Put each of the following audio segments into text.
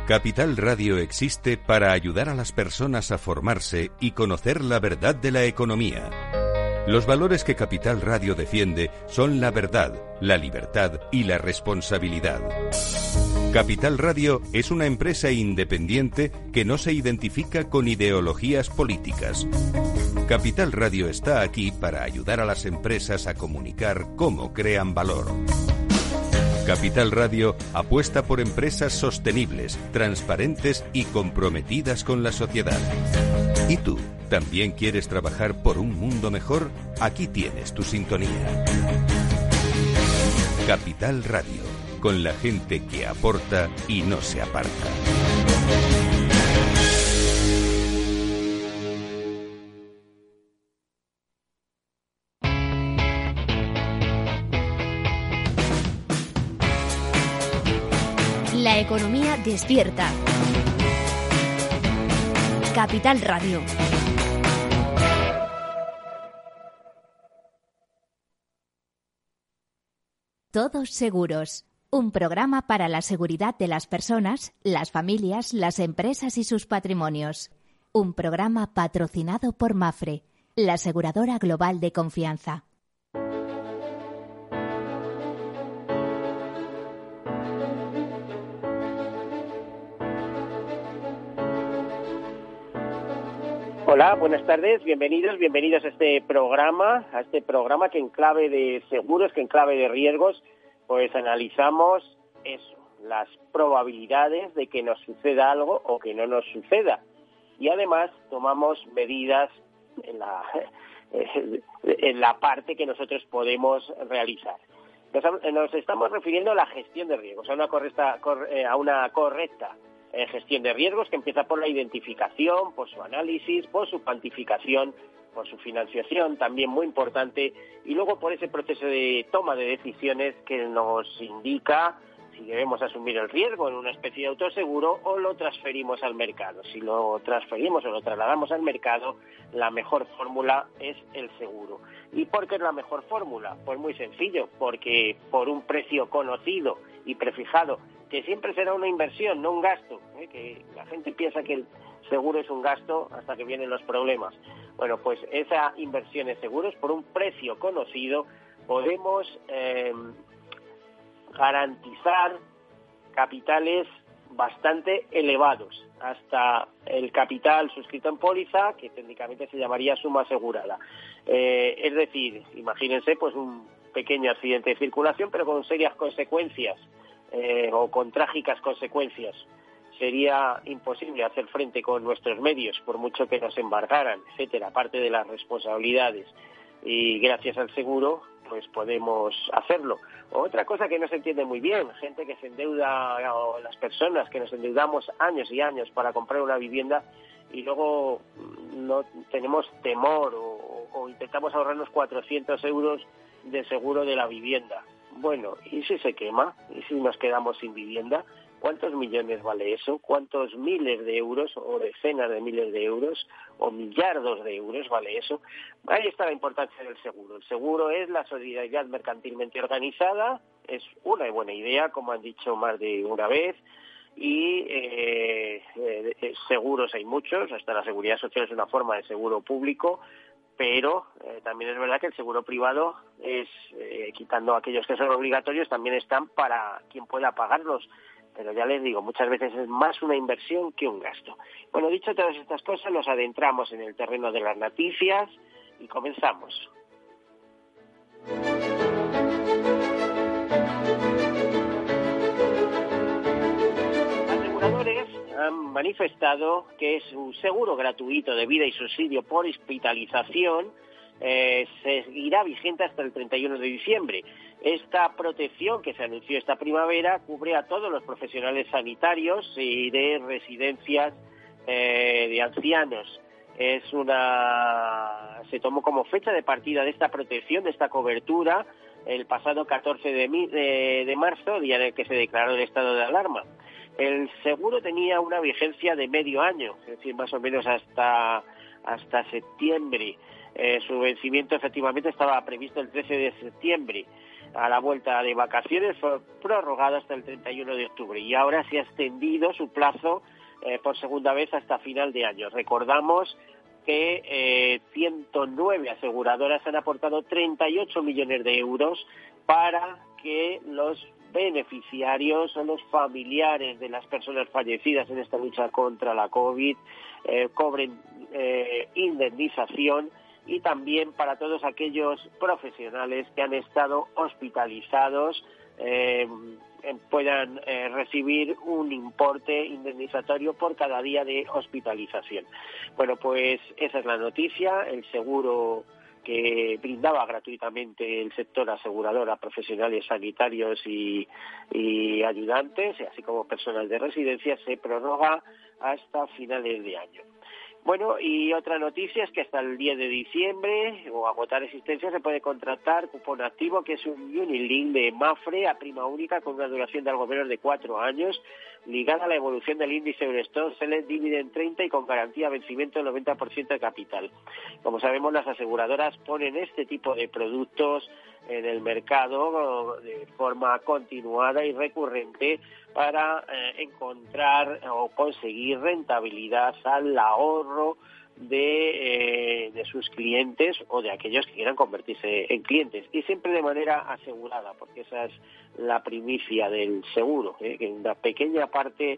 Capital Radio existe para ayudar a las personas a formarse y conocer la verdad de la economía. Los valores que Capital Radio defiende son la verdad, la libertad y la responsabilidad. Capital Radio es una empresa independiente que no se identifica con ideologías políticas. Capital Radio está aquí para ayudar a las empresas a comunicar cómo crean valor. Capital Radio apuesta por empresas sostenibles, transparentes y comprometidas con la sociedad. ¿Y tú, también quieres trabajar por un mundo mejor? Aquí tienes tu sintonía. Capital Radio, con la gente que aporta y no se aparta. La economía despierta. Capital Radio. Todos seguros. Un programa para la seguridad de las personas, las familias, las empresas y sus patrimonios. Un programa patrocinado por Mapfre, la aseguradora global de confianza. Hola, buenas tardes, bienvenidos a este programa que en clave de seguros, que en clave de riesgos, pues analizamos eso, las probabilidades de que nos suceda algo o que no nos suceda. Y además tomamos medidas en la parte que nosotros podemos realizar. Nos estamos refiriendo a la gestión de riesgos, a una correcta gestión de riesgos que empieza por la identificación, por su análisis, por su cuantificación, por su financiación, también muy importante, y luego por ese proceso de toma de decisiones que nos indica si debemos asumir el riesgo en una especie de autoseguro o lo transferimos al mercado. Si lo transferimos o lo trasladamos al mercado, la mejor fórmula es el seguro. ¿Y por qué es la mejor fórmula? Pues muy sencillo, porque por un precio conocido y prefijado, que siempre será una inversión, no un gasto, que la gente piensa que el seguro es un gasto hasta que vienen los problemas. Bueno, pues esa inversión en seguros, por un precio conocido, podemos garantizar capitales bastante elevados, hasta el capital suscrito en póliza, que técnicamente se llamaría suma asegurada. Es decir, imagínense pues un pequeño accidente de circulación, pero con serias consecuencias, o con trágicas consecuencias. Sería imposible hacer frente con nuestros medios, por mucho que nos embargaran, etcétera, aparte de las responsabilidades. Y gracias al seguro, pues podemos hacerlo. Otra cosa que no se entiende muy bien, gente que se endeuda, o las personas que nos endeudamos años y años para comprar una vivienda y luego no tenemos temor o intentamos ahorrarnos 400 euros de seguro de la vivienda. Bueno, ¿y si se quema? ¿Y si nos quedamos sin vivienda? ¿Cuántos millones vale eso? ¿Cuántos miles de euros o decenas de miles de euros o millardos de euros vale eso? Ahí está la importancia del seguro. El seguro es la solidaridad mercantilmente organizada, es una buena idea, como han dicho más de una vez, y seguros hay muchos, hasta la seguridad social es una forma de seguro público, pero también es verdad que el seguro privado es, quitando aquellos que son obligatorios, también están para quien pueda pagarlos. Pero ya les digo, muchas veces es más una inversión que un gasto. Bueno, dicho todas estas cosas, nos adentramos en el terreno de las noticias y comenzamos. Aseguradores han manifestado que su seguro gratuito de vida y subsidio por hospitalización seguirá vigente hasta el 31 de diciembre. Esta protección que se anunció esta primavera cubre a todos los profesionales sanitarios y de residencias de ancianos. Se tomó como fecha de partida de esta protección, de esta cobertura, el pasado 14 de marzo, día en el que se declaró el estado de alarma. El seguro tenía una vigencia de medio año, es decir, más o menos hasta septiembre. Su vencimiento efectivamente estaba previsto el 13 de septiembre. a la vuelta de vacaciones, fue prorrogado hasta el 31 de octubre y ahora se ha extendido su plazo por segunda vez hasta final de año. Recordamos que 109 aseguradoras han aportado 38 millones de euros para que los beneficiarios o los familiares de las personas fallecidas en esta lucha contra la COVID cobren indemnización, y también para todos aquellos profesionales que han estado hospitalizados puedan recibir un importe indemnizatorio por cada día de hospitalización. Bueno, pues esa es la noticia. El seguro que brindaba gratuitamente el sector asegurador a profesionales sanitarios y ayudantes, así como personal de residencia, se prorroga hasta finales de año. Bueno, y otra noticia es que hasta el 10 de diciembre, o agotar existencia, se puede contratar cupón activo, que es un Unilink de Mapfre a prima única con una duración de algo menos de 4 años, ligada a la evolución del índice Eurostone Select Dividend 30 y con garantía de vencimiento del 90% de capital. Como sabemos, las aseguradoras ponen este tipo de productos en el mercado de forma continuada y recurrente para encontrar o conseguir rentabilidad al ahorro de sus clientes o de aquellos que quieran convertirse en clientes, y siempre de manera asegurada, porque esa es la primicia del seguro, que una pequeña parte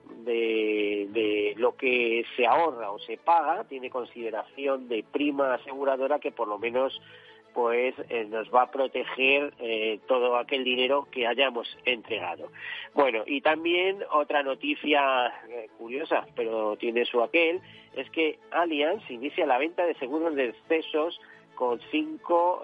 de lo que se ahorra o se paga tiene consideración de prima aseguradora que por lo menos pues nos va a proteger todo aquel dinero que hayamos entregado. Bueno, y también otra noticia curiosa, pero tiene su aquel, es que Allianz inicia la venta de seguros de excesos con cinco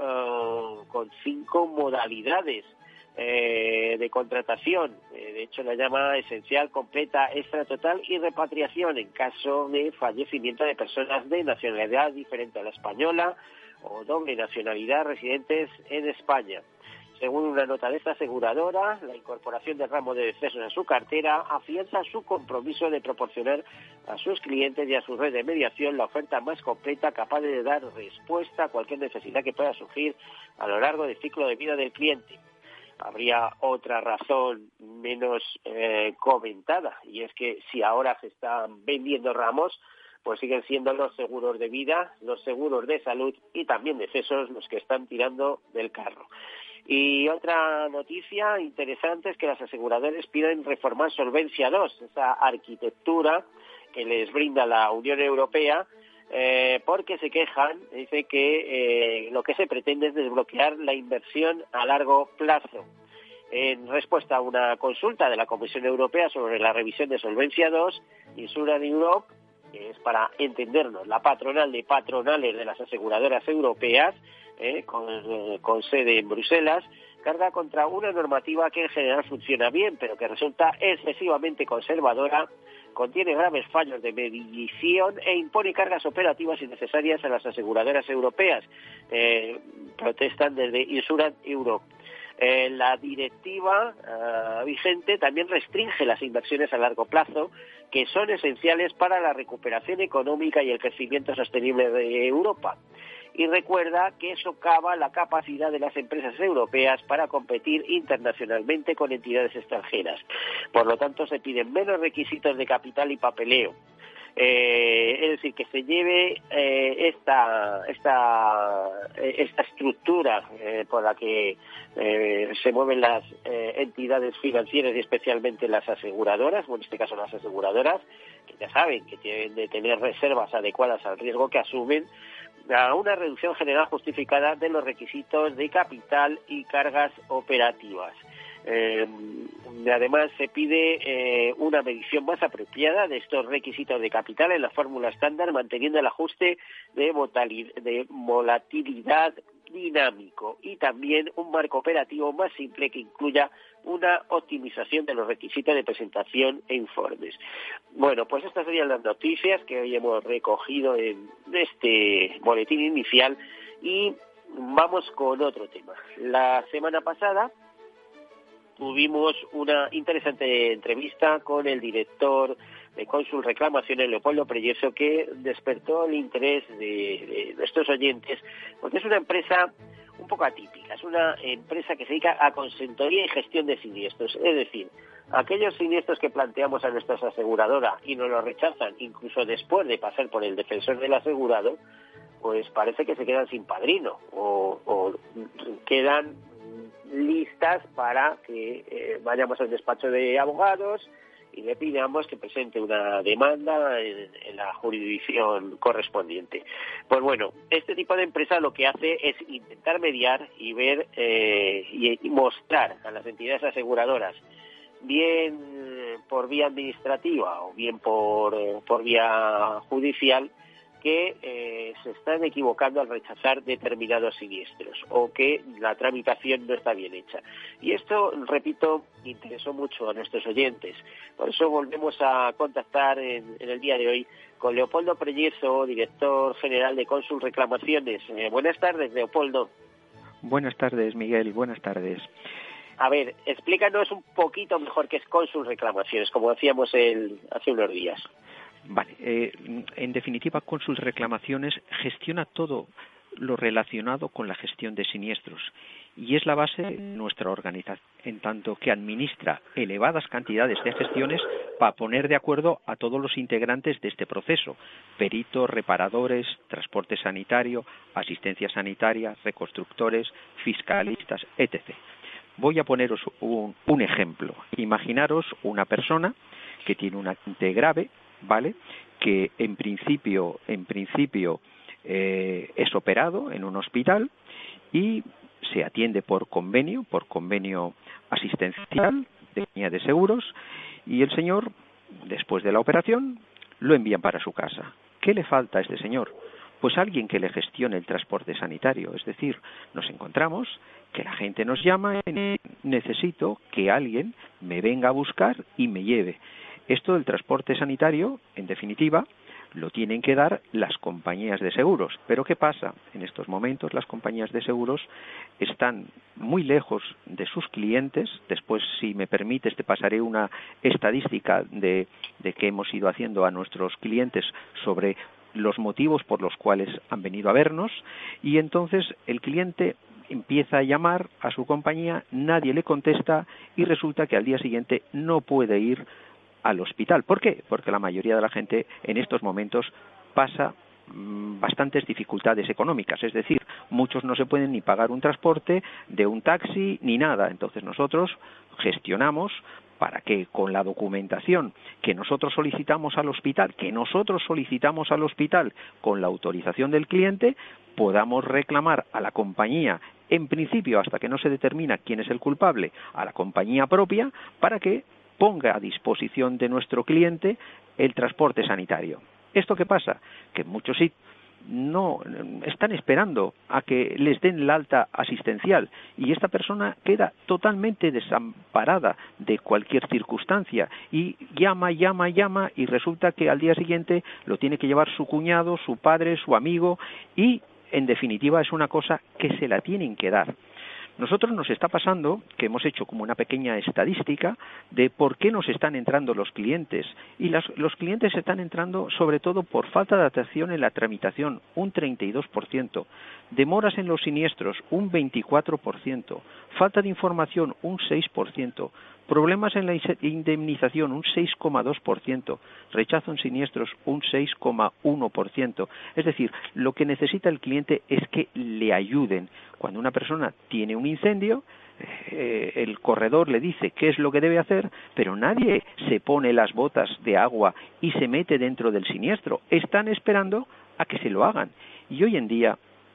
modalidades de contratación. De hecho, la llama esencial, completa, extra, total y repatriación en caso de fallecimiento de personas de nacionalidad diferente a la española o doble nacionalidad residentes en España. Según una nota de esta aseguradora, la incorporación del ramo de decesos a su cartera afianza su compromiso de proporcionar a sus clientes y a su red de mediación la oferta más completa, capaz de dar respuesta a cualquier necesidad que pueda surgir a lo largo del ciclo de vida del cliente. Habría otra razón menos comentada, y es que si ahora se están vendiendo ramos, pues siguen siendo los seguros de vida, los seguros de salud y también decesos los que están tirando del carro. Y otra noticia interesante es que las aseguradoras piden reformar Solvencia II, esa arquitectura que les brinda la Unión Europea, porque se quejan, dice que lo que se pretende es desbloquear la inversión a largo plazo. En respuesta a una consulta de la Comisión Europea sobre la revisión de Solvencia II, Insurance Europe, que es, para entendernos, la patronal de patronales de las aseguradoras europeas, con sede en Bruselas, carga contra una normativa que en general funciona bien, pero que resulta excesivamente conservadora, contiene graves fallos de medición e impone cargas operativas innecesarias a las aseguradoras europeas. Protestan desde Insurance Europe. La directiva vigente también restringe las inversiones a largo plazo, que son esenciales para la recuperación económica y el crecimiento sostenible de Europa. Y recuerda que socava la capacidad de las empresas europeas para competir internacionalmente con entidades extranjeras. Por lo tanto, se piden menos requisitos de capital y papeleo. Es decir, que se lleve esta estructura por la que se mueven las entidades financieras y especialmente las aseguradoras, o en este caso las aseguradoras, que ya saben que tienen de tener reservas adecuadas al riesgo que asumen, a una reducción general justificada de los requisitos de capital y cargas operativas. Además, se pide una medición más apropiada de estos requisitos de capital en la fórmula estándar, manteniendo el ajuste de volatilidad dinámico, y también un marco operativo más simple que incluya una optimización de los requisitos de presentación e informes. Bueno, pues estas serían las noticias que hoy hemos recogido en este boletín inicial, y vamos con otro tema. La semana pasada tuvimos una interesante entrevista con el director de Consul Reclamaciones, Leopoldo Preyeso, que despertó el interés de nuestros oyentes, porque es una empresa un poco atípica. Es una empresa que se dedica a consultoría y gestión de siniestros. Es decir, aquellos siniestros que planteamos a nuestra aseguradora y nos lo rechazan, incluso después de pasar por el defensor del asegurado, pues parece que se quedan sin padrino o quedan listas para que vayamos al despacho de abogados y le pidamos que presente una demanda en la jurisdicción correspondiente. Pues bueno, este tipo de empresa lo que hace es intentar mediar y ver y mostrar a las entidades aseguradoras, bien por vía administrativa o bien por vía judicial, que se están equivocando al rechazar determinados siniestros o que la tramitación no está bien hecha. Y esto, repito, interesó mucho a nuestros oyentes. Por eso volvemos a contactar en el día de hoy con Leopoldo Prellezo, director general de Consul Reclamaciones. Buenas tardes, Leopoldo. Buenas tardes, Miguel. Buenas tardes. A ver, explícanos un poquito mejor qué es Consul Reclamaciones, como decíamos hace unos días. Vale, en definitiva, Consul Reclamaciones gestiona todo lo relacionado con la gestión de siniestros y es la base de nuestra organización, en tanto que administra elevadas cantidades de gestiones para poner de acuerdo a todos los integrantes de este proceso: peritos, reparadores, transporte sanitario, asistencia sanitaria, reconstructores, fiscalistas, etc. Voy a poneros un ejemplo. Imaginaros una persona que tiene un accidente grave, ¿vale?, que en principio es operado en un hospital y se atiende por convenio asistencial de compañía de seguros, y el señor, después de la operación, lo envían para su casa. ¿Qué le falta a este señor? Pues alguien que le gestione el transporte sanitario. Es decir, nos encontramos que la gente nos llama y necesito que alguien me venga a buscar y me lleve. Esto del transporte sanitario, en definitiva, lo tienen que dar las compañías de seguros. Pero ¿qué pasa? En estos momentos las compañías de seguros están muy lejos de sus clientes. Después, si me permites, te pasaré una estadística de que hemos ido haciendo a nuestros clientes sobre los motivos por los cuales han venido a vernos, y entonces el cliente empieza a llamar a su compañía, nadie le contesta y resulta que al día siguiente no puede ir al hospital. ¿Por qué? Porque la mayoría de la gente en estos momentos pasa bastantes dificultades económicas, es decir, muchos no se pueden ni pagar un transporte de un taxi ni nada. Entonces nosotros gestionamos para que con la documentación que nosotros solicitamos al hospital, con la autorización del cliente, podamos reclamar a la compañía, en principio hasta que no se determina quién es el culpable, a la compañía propia, para que ponga a disposición de nuestro cliente el transporte sanitario. ¿Esto qué pasa? Que muchos sí no están esperando a que les den la alta asistencial y esta persona queda totalmente desamparada de cualquier circunstancia y llama y resulta que al día siguiente lo tiene que llevar su cuñado, su padre, su amigo, y en definitiva es una cosa que se la tienen que dar. Nosotros nos está pasando que hemos hecho como una pequeña estadística de por qué nos están entrando los clientes. Y los clientes están entrando sobre todo por falta de atención en la tramitación, un 32%, demoras en los siniestros, un 24%, falta de información, un 6%, problemas en la indemnización, un 6,2%, rechazo en siniestros, un 6,1%. Es decir, lo que necesita el cliente es que le ayuden. Cuando una persona tiene un incendio, el corredor le dice qué es lo que debe hacer, pero nadie se pone las botas de agua y se mete dentro del siniestro. Están esperando a que se lo hagan. Y hoy en día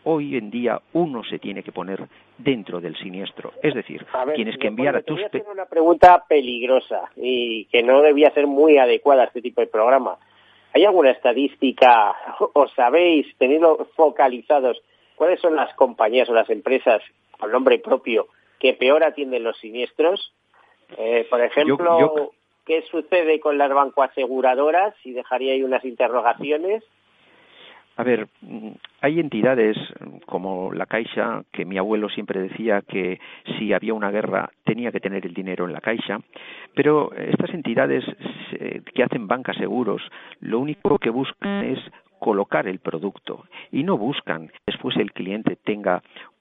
uno se tiene que poner dentro del siniestro. Es decir, tienes que enviar a tus... Te voy a hacer una pregunta peligrosa y que no debía ser muy adecuada a este tipo de programa. ¿Hay alguna estadística, o sabéis, teniendo focalizados, cuáles son las compañías o las empresas con nombre propio que peor atienden los siniestros? Por ejemplo, ¿qué sucede con las bancoaseguradoras? Y dejaría ahí unas interrogaciones. A ver, hay entidades como la Caixa, que mi abuelo siempre decía que si había una guerra tenía que tener el dinero en la Caixa, pero estas entidades que hacen banca seguros, lo único que buscan es colocar el producto y no buscan que después el cliente tenga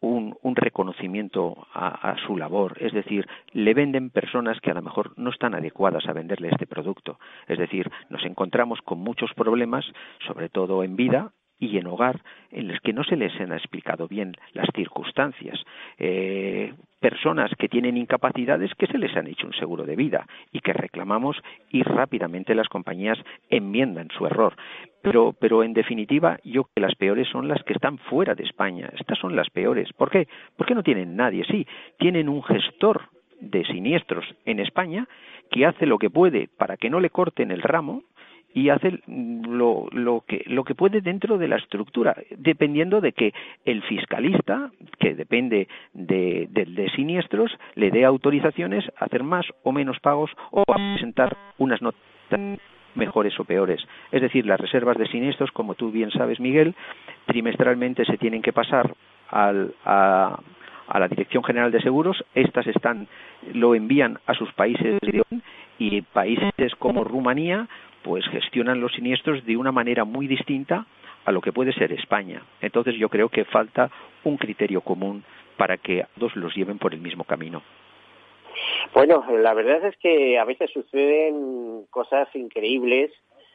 un reconocimiento a su labor, es decir, le venden personas que a lo mejor no están adecuadas a venderle este producto. Es decir, nos encontramos con muchos problemas, sobre todo en vida y en hogar, en los que no se les han explicado bien las circunstancias. Personas que tienen incapacidades que se les han hecho un seguro de vida y que reclamamos y rápidamente las compañías enmiendan su error. Pero en definitiva, yo creo que las peores son las que están fuera de España. Estas son las peores. ¿Por qué? Porque no tienen nadie. Sí, tienen un gestor de siniestros en España que hace lo que puede para que no le corten el ramo y hace lo que puede dentro de la estructura, dependiendo de que el fiscalista, que depende de siniestros, le dé autorizaciones a hacer más o menos pagos o a presentar unas notas mejores o peores. Es decir, las reservas de siniestros, como tú bien sabes, Miguel, trimestralmente se tienen que pasar a la Dirección General de Seguros. Estas lo envían a sus países de origen, y países como Rumanía pues gestionan los siniestros de una manera muy distinta a lo que puede ser España. Entonces yo creo que falta un criterio común para que a todos los lleven por el mismo camino. Bueno, la verdad es que a veces suceden cosas increíbles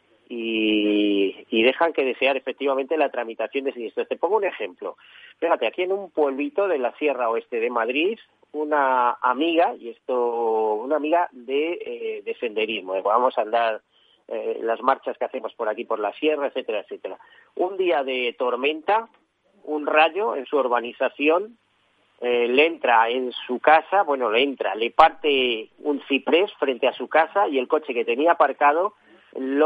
y dejan que desear efectivamente la tramitación de siniestros. Te pongo un ejemplo. Fíjate, aquí en un pueblito de la Sierra Oeste de Madrid, una amiga de senderismo, vamos a andar las marchas que hacemos por aquí, por la sierra, etcétera, etcétera. Un día de tormenta, un rayo en su urbanización le entra en su casa, le parte un ciprés frente a su casa y el coche que tenía aparcado, el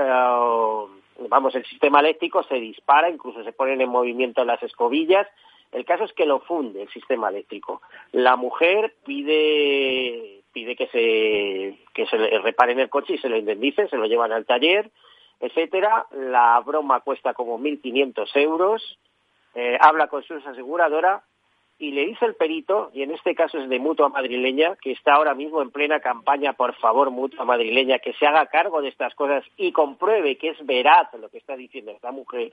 sistema eléctrico se dispara, incluso se ponen en movimiento las escobillas. El caso es que lo funde el sistema eléctrico. La mujer pide que se le reparen el coche y se lo indemnicen, se lo llevan al taller, etcétera. La broma cuesta como 1.500 euros. Habla con su aseguradora y le dice el perito, y en este caso es de Mutua Madrileña, que está ahora mismo en plena campaña, por favor, Mutua Madrileña, que se haga cargo de estas cosas y compruebe que es veraz lo que está diciendo esta mujer.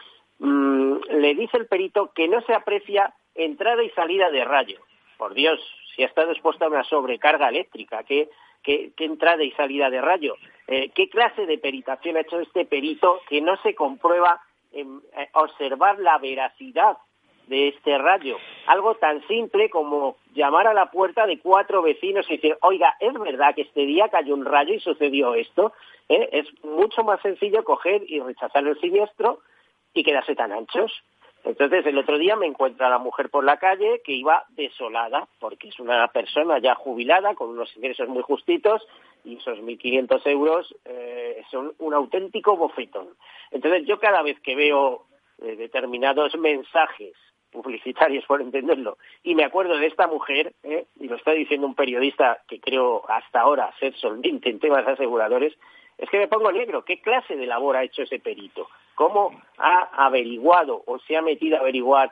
Le dice el perito que no se aprecia entrada y salida de rayo. Por Dios, si ha estado expuesta a una sobrecarga eléctrica, ¿qué entrada y salida de rayo? ¿Qué clase de peritación ha hecho este perito que no se comprueba en observar la veracidad de este rayo? Algo tan simple como llamar a la puerta de 4 vecinos y decir, oiga, ¿es verdad que este día cayó un rayo y sucedió esto? Es mucho más sencillo coger y rechazar el siniestro y quedarse tan anchos. Entonces, el otro día me encuentro a la mujer por la calle que iba desolada, porque es una persona ya jubilada, con unos ingresos muy justitos, y esos 1.500 euros son un auténtico bofetón. Entonces, yo cada vez que veo determinados mensajes publicitarios, por entenderlo, y me acuerdo de esta mujer, y lo está diciendo un periodista que creo hasta ahora ser solvente en temas aseguradores, es que me pongo negro. ¿Qué clase de labor ha hecho ese perito? ¿Cómo ha averiguado o se ha metido a averiguar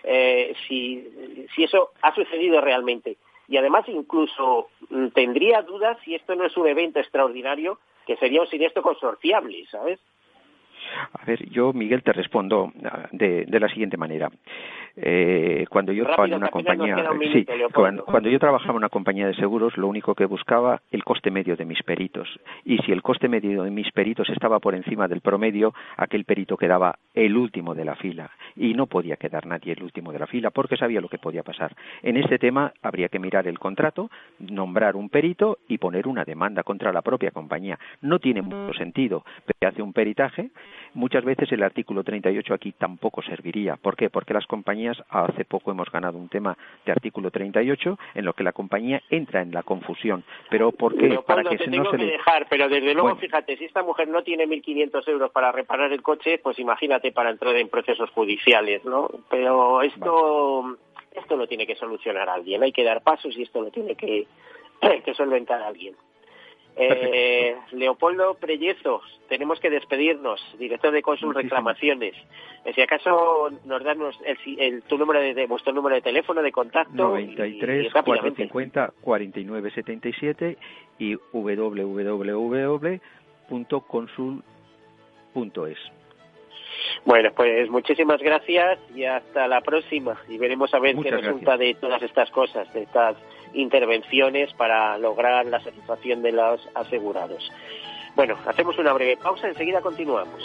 si eso ha sucedido realmente? Y además incluso tendría dudas si esto no es un evento extraordinario, que sería un siniestro consorciable, ¿sabes? A ver, yo, Miguel, te respondo de la siguiente manera. Cuando yo trabajaba en una compañía, cuando yo trabajaba en una compañía de seguros, lo único que buscaba el coste medio de mis peritos. Y si el coste medio de mis peritos estaba por encima del promedio, aquel perito quedaba el último de la fila. Y no podía quedar nadie el último de la fila porque sabía lo que podía pasar. En este tema habría que mirar el contrato, nombrar un perito y poner una demanda contra la propia compañía. No tiene mucho sentido, pero hace un peritaje. Muchas veces el artículo 38 aquí tampoco serviría. ¿Por qué? Porque las compañías, hace poco hemos ganado un tema de artículo 38 en lo que la compañía entra en la confusión. ¿Pero por qué? Leopoldo, para que no se le dejar, pero desde luego, bueno, fíjate, si esta mujer no tiene 1.500 euros para reparar el coche, pues imagínate para entrar en procesos judiciales, ¿no? Pero esto lo tiene que solucionar alguien, hay que dar pasos y esto lo tiene que solventar alguien. Leopoldo Prellezos, tenemos que despedirnos, director de Consul Reclamaciones. Si acaso nos dan tu número vuestro número de teléfono de contacto. 93 450 4977 y www.consul.es. Bueno, pues muchísimas gracias y hasta la próxima. Y veremos a ver qué resulta de todas estas cosas, de estas intervenciones para lograr la satisfacción de los asegurados. Bueno, hacemos una breve pausa, enseguida continuamos.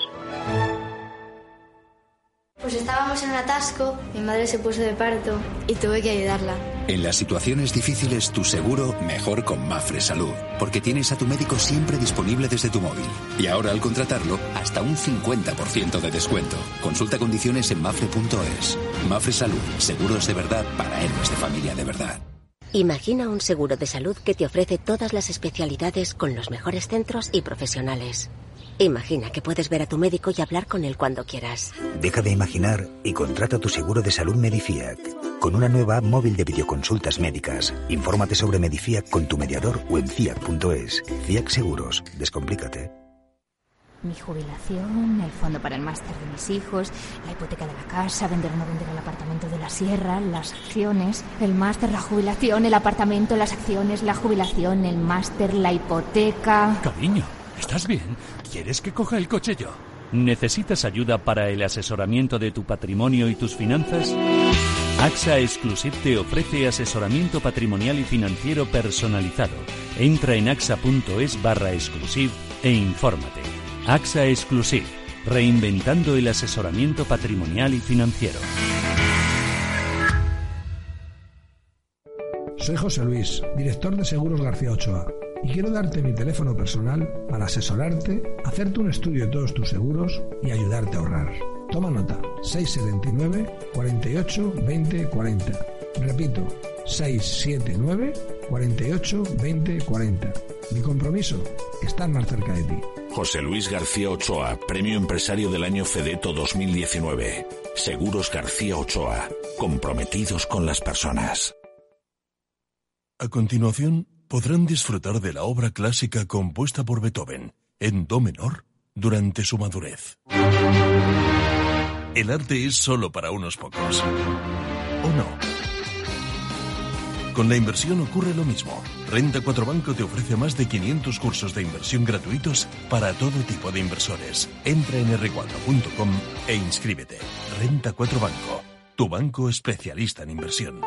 Pues estábamos en un atasco, mi madre se puso de parto y tuve que ayudarla. En las situaciones difíciles, tu seguro mejor con Mafre Salud, porque tienes a tu médico siempre disponible desde tu móvil. Y ahora al contratarlo, hasta un 50% de descuento. Consulta condiciones en mafre.es. Mafre Salud, seguros de verdad para héroes de familia de verdad. Imagina un seguro de salud que te ofrece todas las especialidades con los mejores centros y profesionales. Imagina que puedes ver a tu médico y hablar con él cuando quieras. Deja de imaginar y contrata tu seguro de salud Medifiac. Con una nueva app móvil de videoconsultas médicas. Infórmate sobre Medifiac con tu mediador o en fiac.es. Fiac Seguros. Descomplícate. Mi jubilación, el fondo para el máster de mis hijos, la hipoteca de la casa, vender o no vender el apartamento de la sierra, las acciones, el máster, la jubilación, el apartamento, las acciones, la jubilación, el máster, la hipoteca... Cariño, ¿estás bien? ¿Quieres que coja el coche yo? ¿Necesitas ayuda para el asesoramiento de tu patrimonio y tus finanzas? AXA Exclusive te ofrece asesoramiento patrimonial y financiero personalizado. Entra en axa.es/exclusive e infórmate. AXA Exclusive, reinventando el asesoramiento patrimonial y financiero. Soy José Luis, director de Seguros García Ochoa, y quiero darte mi teléfono personal para asesorarte, hacerte un estudio de todos tus seguros y ayudarte a ahorrar. Toma nota, 679 48 20 40. Repito, 679 48 20 40. Mi compromiso, estar más cerca de ti. José Luis García Ochoa, Premio Empresario del Año Fedeto 2019. Seguros García Ochoa, comprometidos con las personas. A continuación, podrán disfrutar de la obra clásica compuesta por Beethoven, en do menor, durante su madurez. El arte es solo para unos pocos. ¿O no? Con la inversión ocurre lo mismo. Renta 4 Banco te ofrece más de 500 cursos de inversión gratuitos para todo tipo de inversores. Entra en r4.com e inscríbete. Renta 4 Banco, tu banco especialista en inversión.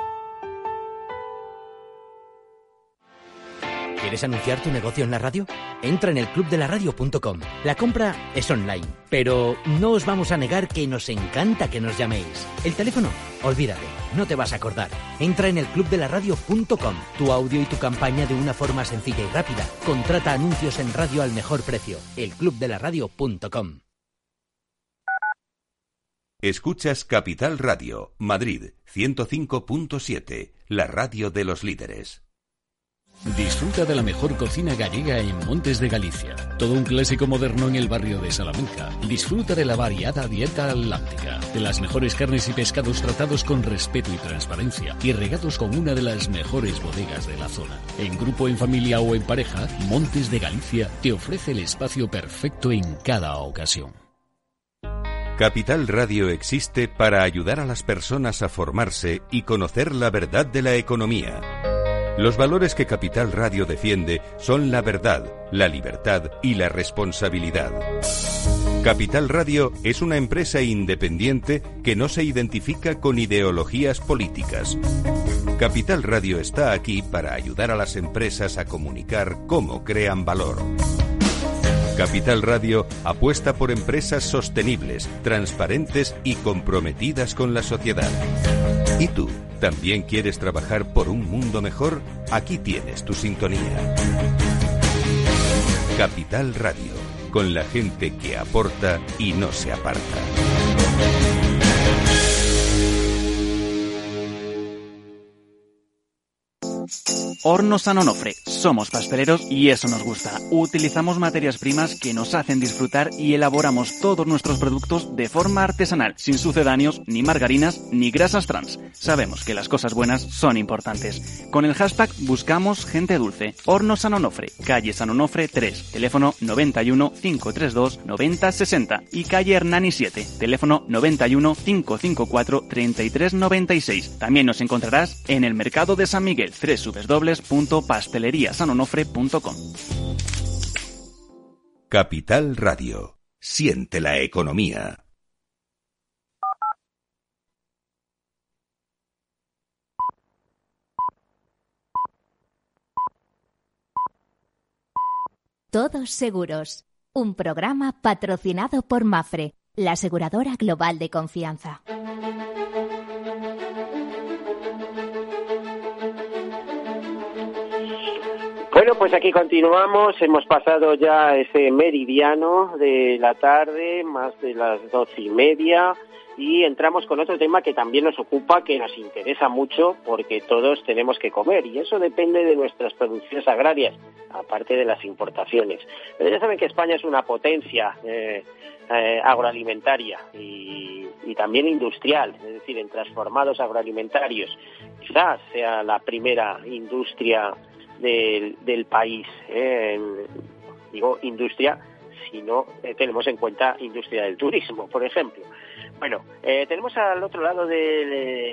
¿Quieres anunciar tu negocio en la radio? Entra en elclubdelaradio.com. La compra es online, pero no os vamos a negar que nos encanta que nos llaméis. El teléfono, olvídate, no te vas a acordar. Entra en elclubdelaradio.com. Tu audio y tu campaña de una forma sencilla y rápida. Contrata anuncios en radio al mejor precio. elclubdelaradio.com. Escuchas Capital Radio, Madrid, 105.7, la radio de los líderes. Disfruta de la mejor cocina gallega en Montes de Galicia. Todo un clásico moderno en el barrio de Salamanca. Disfruta de la variada dieta atlántica, de las mejores carnes y pescados tratados con respeto y transparencia y regados con una de las mejores bodegas de la zona. En grupo, en familia o en pareja, Montes de Galicia te ofrece el espacio perfecto en cada ocasión. Capital Radio existe para ayudar a las personas a formarse y conocer la verdad de la economía. Los valores que Capital Radio defiende son la verdad, la libertad y la responsabilidad. Capital Radio es una empresa independiente que no se identifica con ideologías políticas. Capital Radio está aquí para ayudar a las empresas a comunicar cómo crean valor. Capital Radio apuesta por empresas sostenibles, transparentes y comprometidas con la sociedad. ¿Y tú? ¿También quieres trabajar por un mundo mejor? Aquí tienes tu sintonía. Capital Radio, con la gente que aporta y no se aparta. Hornos San Onofre. Somos pasteleros y eso nos gusta. Utilizamos materias primas que nos hacen disfrutar y elaboramos todos nuestros productos de forma artesanal, sin sucedáneos, ni margarinas, ni grasas trans. Sabemos que las cosas buenas son importantes. Con el hashtag buscamos gente dulce. Hornos San Onofre, calle San Onofre 3, teléfono 91 532 9060 y calle Hernani 7, teléfono 91 554 3396. También nos encontrarás en el mercado de San Miguel, www.pasteleriasanonofre.com. Capital Radio. Siente la economía. Todos Seguros, un programa patrocinado por Mapfre, la aseguradora global de confianza. Bueno, pues aquí continuamos. Hemos pasado ya ese meridiano de la tarde, más de las 12:30, y entramos con otro tema que también nos ocupa, que nos interesa mucho, porque todos tenemos que comer, y eso depende de nuestras producciones agrarias, aparte de las importaciones. Pero ya saben que España es una potencia agroalimentaria y también industrial, es decir, en transformados agroalimentarios. Quizás sea la primera industria del país. Digo industria si no tenemos en cuenta industria del turismo, por ejemplo. Bueno, tenemos al otro lado del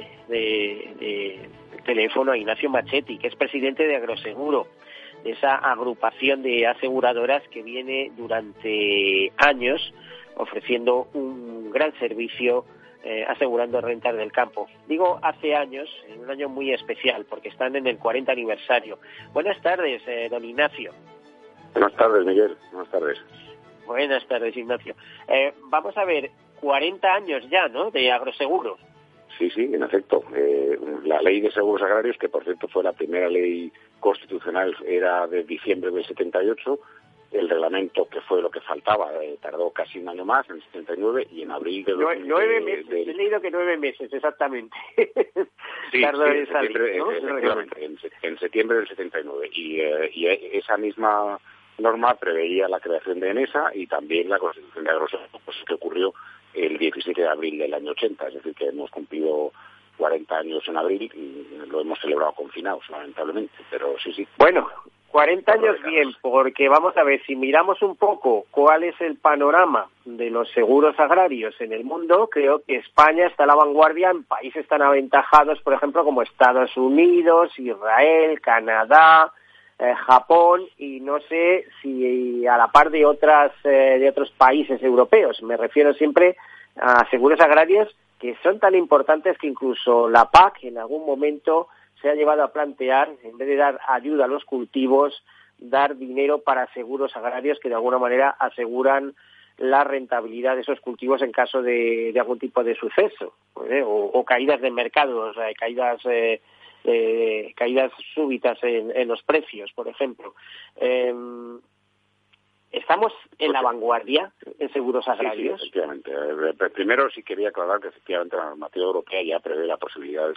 teléfono a Ignacio Machetti, que es presidente de Agroseguro, de esa agrupación de aseguradoras que viene durante años ofreciendo un gran servicio asegurando rentas del campo. Digo hace años, en un año muy especial, porque están en el 40 aniversario. Buenas tardes, don Ignacio. Buenas tardes, Miguel. Buenas tardes. Buenas tardes, Ignacio. Vamos a ver, 40 años ya, ¿no?, de Agroseguro. Sí, en efecto. La ley de seguros agrarios, que por cierto fue la primera ley constitucional, era de diciembre del 78. El reglamento, que fue lo que faltaba, tardó casi un año más, en el 79, y en abril de... 9 meses, he leído que 9 meses, exactamente. Sí, tardó sí, esa ley, ¿no? En septiembre del 79. Y esa misma norma preveía la creación de ENESA y también la constitución de Agroseguro, pues, que ocurrió el 17 de abril del año 80, es decir, que hemos cumplido 40 años en abril y lo hemos celebrado confinados, lamentablemente, pero sí. Bueno, 40 años bien, porque vamos a ver, si miramos un poco cuál es el panorama de los seguros agrarios en el mundo, creo que España está a la vanguardia en países tan aventajados, por ejemplo, como Estados Unidos, Israel, Canadá, Japón, y no sé si a la par de otros países europeos. Me refiero siempre a seguros agrarios que son tan importantes que incluso la PAC en algún momento se ha llevado a plantear, en vez de dar ayuda a los cultivos, dar dinero para seguros agrarios que de alguna manera aseguran la rentabilidad de esos cultivos en caso de algún tipo de suceso, o caídas de mercados, caídas súbitas en los precios, por ejemplo. ¿Estamos en la vanguardia en seguros agrarios? Sí, efectivamente. Primero sí quería aclarar que efectivamente la normativa europea ya prevé la posibilidad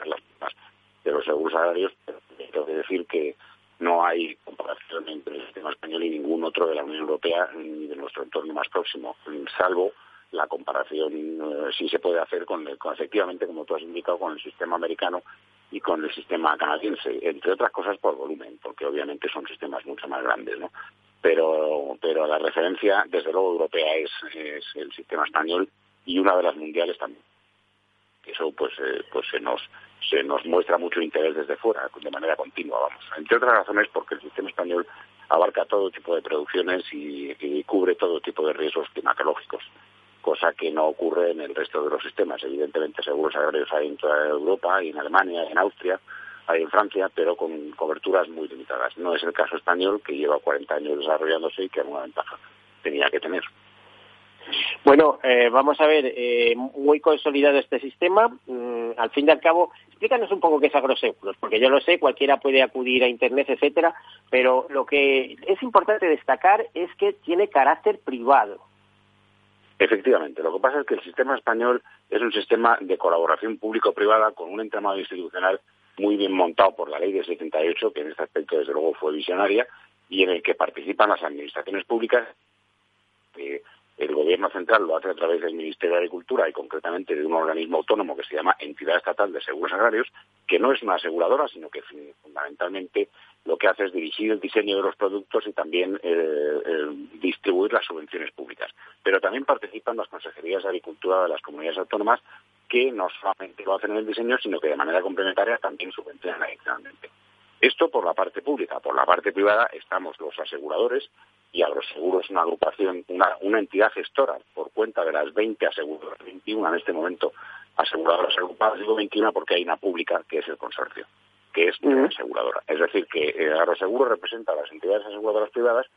de los seguros agrarios, pero tengo que decir que no hay comparación entre el sistema español y ningún otro de la Unión Europea ni de nuestro entorno más próximo, salvo la comparación sí se puede hacer efectivamente, como tú has indicado, con el sistema americano y con el sistema canadiense, entre otras cosas por volumen, porque obviamente son sistemas mucho más grandes, ¿no? Pero la referencia, desde luego, europea es el sistema español y una de las mundiales también. Eso pues se nos muestra mucho interés desde fuera, de manera continua, vamos. Entre otras razones porque el sistema español abarca todo tipo de producciones y cubre todo tipo de riesgos climatológicos, cosa que no ocurre en el resto de los sistemas. Evidentemente seguros agrarios hay en toda Europa, hay en Alemania, hay en Austria, hay en Francia, pero con coberturas muy limitadas. No es el caso español, que lleva 40 años desarrollándose y que alguna ventaja tenía que tener. Bueno, vamos a ver, muy consolidado este sistema. Al fin y al cabo, explícanos un poco qué es Agroseguros, porque yo lo sé, cualquiera puede acudir a Internet, etcétera, pero lo que es importante destacar es que tiene carácter privado. Efectivamente, lo que pasa es que el sistema español es un sistema de colaboración público-privada con un entramado institucional muy bien montado por la ley de 78, que en este aspecto desde luego fue visionaria, y en el que participan las administraciones públicas. El Gobierno central lo hace a través del Ministerio de Agricultura y concretamente de un organismo autónomo que se llama Entidad Estatal de Seguros Agrarios, que no es una aseguradora, sino que fundamentalmente lo que hace es dirigir el diseño de los productos y también distribuir las subvenciones públicas. Pero también participan las consejerías de Agricultura de las comunidades autónomas, que no solamente lo hacen en el diseño, sino que de manera complementaria también subvencionan adicionalmente. Esto por la parte pública. Por la parte privada estamos los aseguradores, y Agroseguro es una agrupación, una entidad gestora por cuenta de las 20 aseguradoras, 21 en este momento aseguradoras agrupadas. Digo 21 porque hay una pública que es el consorcio, que es una aseguradora. Es decir, que Agroseguro representa a las entidades aseguradoras privadas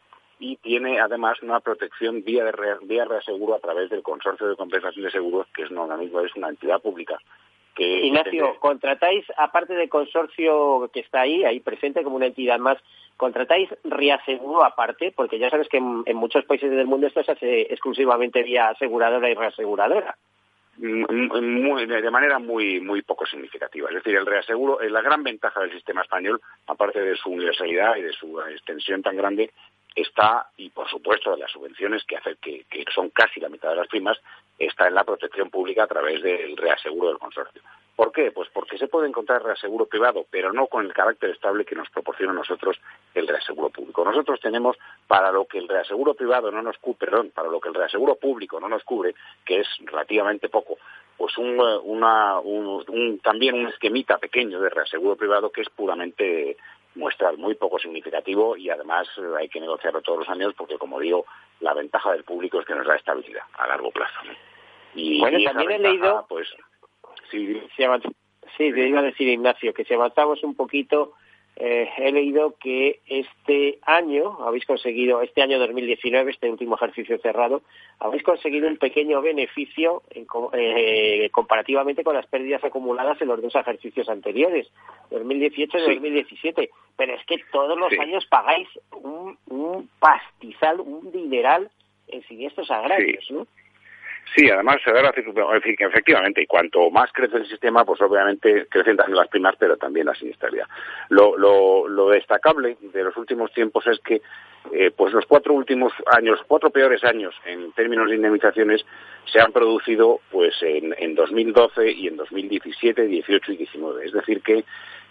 y tiene además una protección vía reaseguro a través del Consorcio de Compensación de Seguros, que es un organismo, es una entidad pública. Ignacio, ¿contratáis, aparte del consorcio que está ahí presente como una entidad más, contratáis reaseguro aparte? Porque ya sabes que en muchos países del mundo esto se hace exclusivamente vía aseguradora y reaseguradora. De manera muy poco significativa. Es decir, el reaseguro, la gran ventaja del sistema español, aparte de su universalidad y de su extensión tan grande, está, y por supuesto de las subvenciones que son casi la mitad de las primas, está en la protección pública a través del reaseguro del consorcio. ¿Por qué? Pues porque se puede encontrar reaseguro privado, pero no con el carácter estable que nos proporciona a nosotros el reaseguro público. Nosotros tenemos, para lo que el reaseguro privado no nos cubre, para lo que el reaseguro público no nos cubre, que es relativamente poco, pues también un esquemita pequeño de reaseguro privado que es puramente muestral, muy poco significativo, y además hay que negociarlo todos los años porque, como digo, la ventaja del público es que nos da estabilidad a largo plazo, ¿no? Y también he leído, pues sí, te iba a decir, Ignacio, que si avanzamos un poquito, he leído que este año 2019, este último ejercicio cerrado, habéis conseguido un pequeño beneficio comparativamente con las pérdidas acumuladas en los dos ejercicios anteriores, 2018 y 2017. Pero es que todos los años pagáis un pastizal, un dineral en siniestros agrarios, ¿no? Sí, además se da efectivamente, y cuanto más crece el sistema, pues obviamente crecen también las primas, pero también la siniestralidad. Lo destacable de los últimos tiempos es que pues los 4 últimos años, 4 peores años en términos de indemnizaciones se han producido pues en 2012 y en 2017, 18 y 19. Es decir que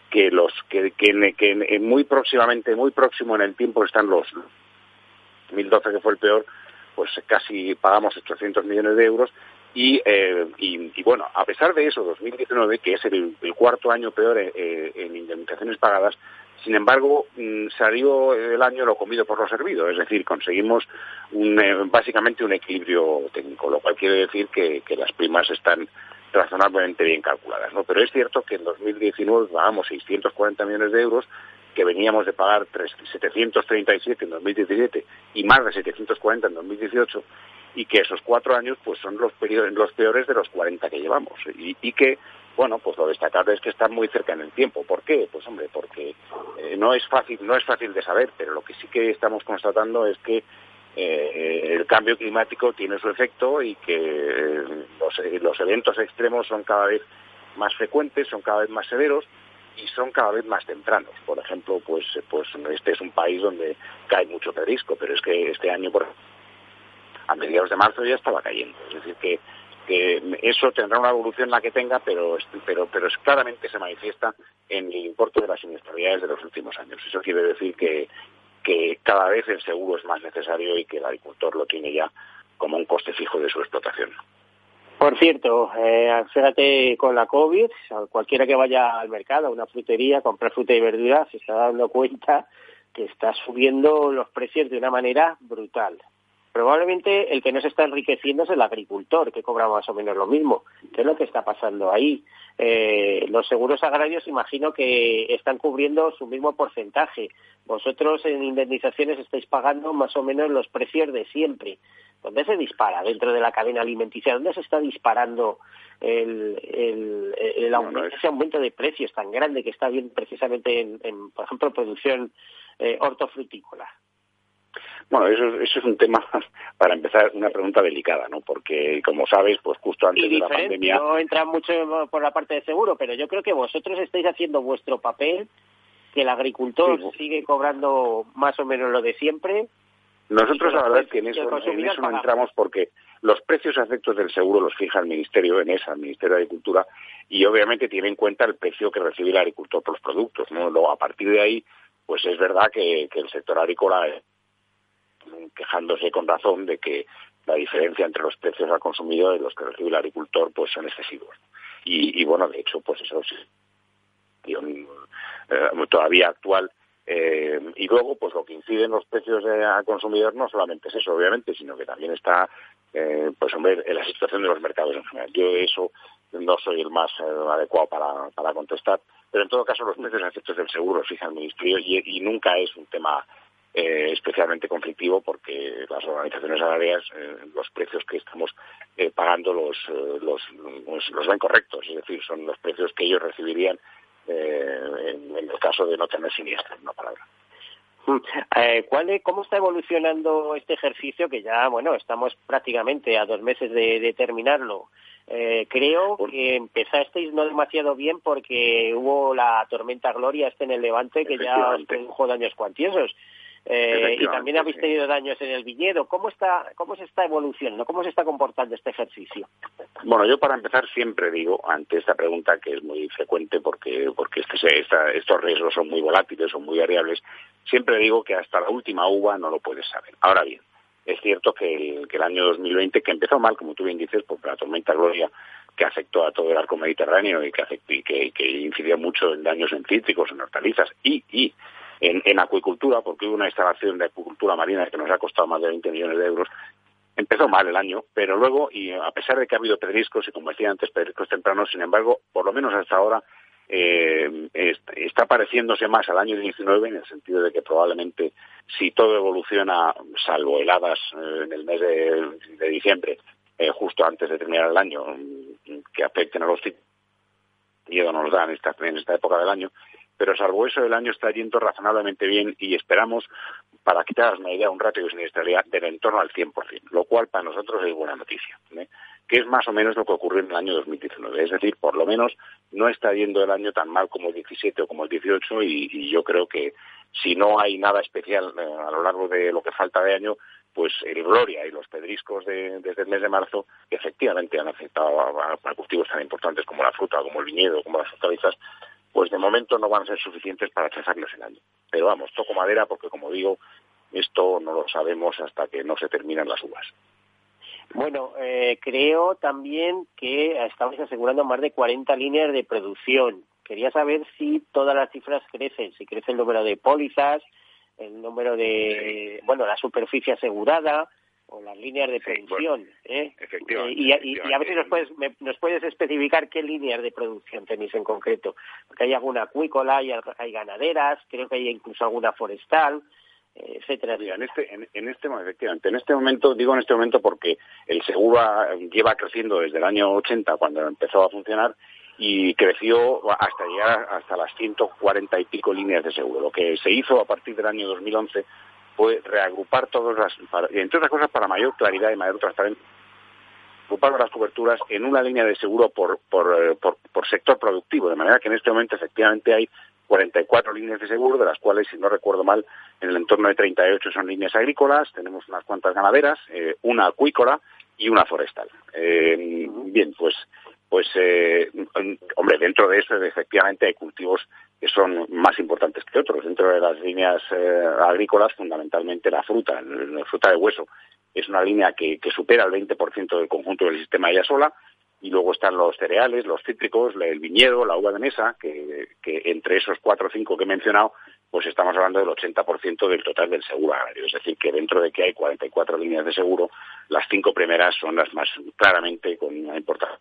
muy próximo en el tiempo están los 2012, que fue el peor, pues casi pagamos 800 millones de euros y bueno, a pesar de eso, 2019, que es el cuarto año peor en indemnizaciones pagadas, sin embargo, salió el año lo comido por lo servido, es decir, conseguimos básicamente un equilibrio técnico, lo cual quiere decir que las primas están razonablemente bien calculadas, ¿no? Pero es cierto que en 2019 pagamos 640 millones de euros, que veníamos de pagar 737 en 2017 y más de 740 en 2018, y que esos 4 años pues son los peores de los 40 que llevamos, y que, bueno, pues lo destacable es que están muy cerca en el tiempo. ¿Por qué? Pues hombre, porque no es fácil de saber, pero lo que sí que estamos constatando es que el cambio climático tiene su efecto y que los eventos extremos son cada vez más frecuentes, son cada vez más severos y son cada vez más tempranos. Por ejemplo, pues este es un país donde cae mucho pedrisco, pero es que este año, a mediados de marzo ya estaba cayendo. Es decir, que eso tendrá una evolución la que tenga, pero claramente se manifiesta en el importe de las siniestralidades de los últimos años. Eso quiere decir que cada vez el seguro es más necesario y que el agricultor lo tiene ya como un coste fijo de su explotación. Por cierto, fíjate, con la COVID, cualquiera que vaya al mercado, a una frutería, a comprar fruta y verdura, se está dando cuenta que está subiendo los precios de una manera brutal. Probablemente el que no se está enriqueciendo es el agricultor, que cobra más o menos lo mismo. ¿Qué es lo que está pasando ahí? Los seguros agrarios imagino que están cubriendo su mismo porcentaje. Vosotros en indemnizaciones estáis pagando más o menos los precios de siempre. ¿Dónde se dispara dentro de la cadena alimenticia? ¿Dónde se está disparando ese aumento de precios tan grande que está habiendo precisamente en por ejemplo, producción hortofrutícola? Bueno, eso es un tema, para empezar, una pregunta delicada, ¿no? Porque, como sabes, pues justo antes de la pandemia... No entra mucho por la parte de seguro, pero yo creo que vosotros estáis haciendo vuestro papel, que el agricultor sigue cobrando más o menos lo de siempre. Nosotros la verdad es que en eso no entramos, porque los precios a efectos del seguro los fija el Ministerio de Agricultura, y obviamente tiene en cuenta el precio que recibe el agricultor por los productos, ¿no? Luego, a partir de ahí, pues es verdad que el sector agrícola, quejándose con razón de que la diferencia entre los precios al consumidor y los que recibe el agricultor pues son excesivos. Y bueno, de hecho, pues eso es todavía actual. Y luego, pues lo que incide en los precios al consumidor no solamente es eso, obviamente, sino que también está, pues hombre, en la situación de los mercados en general. Yo eso no soy el más adecuado para contestar, pero en todo caso los precios a efectos del seguro los fija el Ministerio y nunca es un tema especialmente conflictivo porque las organizaciones agrarias los precios que estamos pagando los ven correctos, es decir, son los precios que ellos recibirían en el caso de no tener siniestro, en una palabra. ¿Cómo está evolucionando este ejercicio que ya, estamos prácticamente a 2 meses de terminarlo? Creo que empezasteis no demasiado bien porque hubo la tormenta Gloria en el Levante que ya os produjo daños cuantiosos. Y también habéis tenido daños en el viñedo. ¿Cómo se está evolucionando? ¿Cómo se está comportando este ejercicio? Bueno, yo para empezar siempre digo, ante esta pregunta que es muy frecuente porque estos riesgos son muy volátiles, son muy variables, siempre digo que hasta la última uva no lo puedes saber. Ahora bien, es cierto que el año 2020, que empezó mal, como tú bien dices, por la tormenta Gloria, que afectó a todo el arco mediterráneo y que incidió mucho en daños en cítricos, en hortalizas y en acuicultura, porque hubo una instalación de acuicultura marina que nos ha costado más de 20 millones de euros. Empezó mal el año, pero luego, y a pesar de que ha habido pedriscos, y como decía antes, pedriscos tempranos, sin embargo, por lo menos hasta ahora, está pareciéndose más al año 19, en el sentido de que probablemente, si todo evoluciona, salvo heladas en el mes de diciembre, justo antes de terminar el año, que afecten a los cítricos, miedo nos da en esta época del año, pero salvo eso el año está yendo razonablemente bien y esperamos, para quitarnos una idea, un ratio de siniestralidad del entorno al 100%, lo cual para nosotros es buena noticia, que es más o menos lo que ocurrió en el año 2019, es decir, por lo menos no está yendo el año tan mal como el 17 o como el 18 y yo creo que si no hay nada especial a lo largo de lo que falta de año, pues el Gloria y los pedriscos desde el mes de marzo, que efectivamente han afectado a cultivos tan importantes como la fruta, como el viñedo, como las hortalizas, pues de momento no van a ser suficientes para atrasarnos el año. Pero vamos, toco madera porque, como digo, esto no lo sabemos hasta que no se terminan las uvas. Bueno, creo también que estabais asegurando más de 40 líneas de producción. Quería saber si todas las cifras crecen, si crece el número de pólizas, el número de, la superficie asegurada o las líneas de producción. Efectivamente, y a ver si nos puedes especificar qué líneas de producción tenéis en concreto, porque hay alguna acuícola, hay ganaderas, creo que hay incluso alguna forestal, etcétera. Mira, efectivamente, en este momento porque el seguro lleva creciendo desde el año 80 cuando empezó a funcionar y creció hasta llegar hasta las 140 y pico líneas de seguro. Lo que se hizo a partir del año 2011 fue reagrupar entre otras cosas para mayor claridad y mayor transparencia, agrupar las coberturas en una línea de seguro por sector productivo, de manera que en este momento efectivamente hay 44 líneas de seguro, de las cuales, si no recuerdo mal, en el entorno de 38 son líneas agrícolas, tenemos unas cuantas ganaderas, una acuícola y una forestal. Bien, hombre, dentro de eso efectivamente hay cultivos que son más importantes que otros. Dentro de las líneas agrícolas, fundamentalmente la fruta de hueso es una línea que supera el 20% del conjunto del sistema ella sola, y luego están los cereales, los cítricos, el viñedo, la uva de mesa, que entre esos 4 o 5 que he mencionado, pues estamos hablando del 80% del total del seguro agrario. Es decir, que dentro de que hay 44 líneas de seguro, las 5 primeras son las más claramente con una importancia.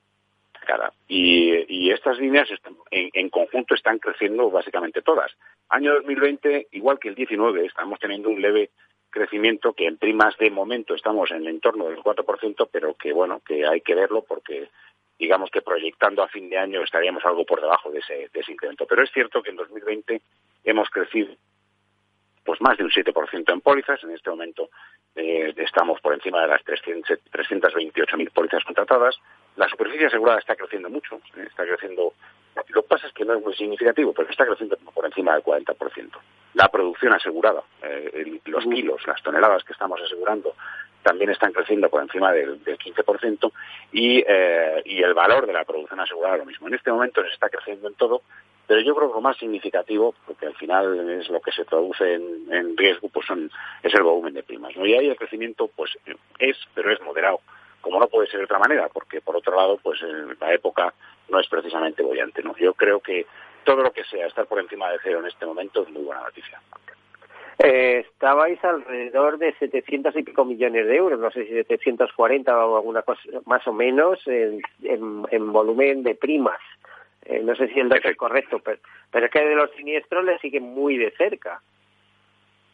Y estas líneas en conjunto están creciendo básicamente todas. Año 2020, igual que el 19, estamos teniendo un leve crecimiento que en primas de momento estamos en el entorno del 4%, pero que hay que verlo porque digamos que proyectando a fin de año estaríamos algo por debajo de ese incremento. Pero es cierto que en 2020 hemos crecido pues más de un 7% en pólizas. En este momento estamos por encima de las 328.000 pólizas contratadas. La superficie asegurada está creciendo mucho, está creciendo. Lo que pasa es que no es muy significativo, pero está creciendo por encima del 40%. La producción asegurada, los kilos, las toneladas que estamos asegurando, también están creciendo por encima del 15%, y el valor de la producción asegurada lo mismo. En este momento se está creciendo en todo, pero yo creo que lo más significativo, porque al final es lo que se traduce en riesgo, pues es el volumen de primas, ¿no? Y ahí el crecimiento pues pero es moderado, como no puede ser de otra manera, porque por otro lado pues la época no es precisamente bollante, ¿no? Yo creo que todo lo que sea estar por encima de cero en este momento es muy buena noticia. Estabais alrededor de 700 y pico millones de euros, no sé si 740 o alguna cosa más o menos en volumen de primas. No sé si el dato es correcto, pero es que de los siniestros le siguen muy de cerca.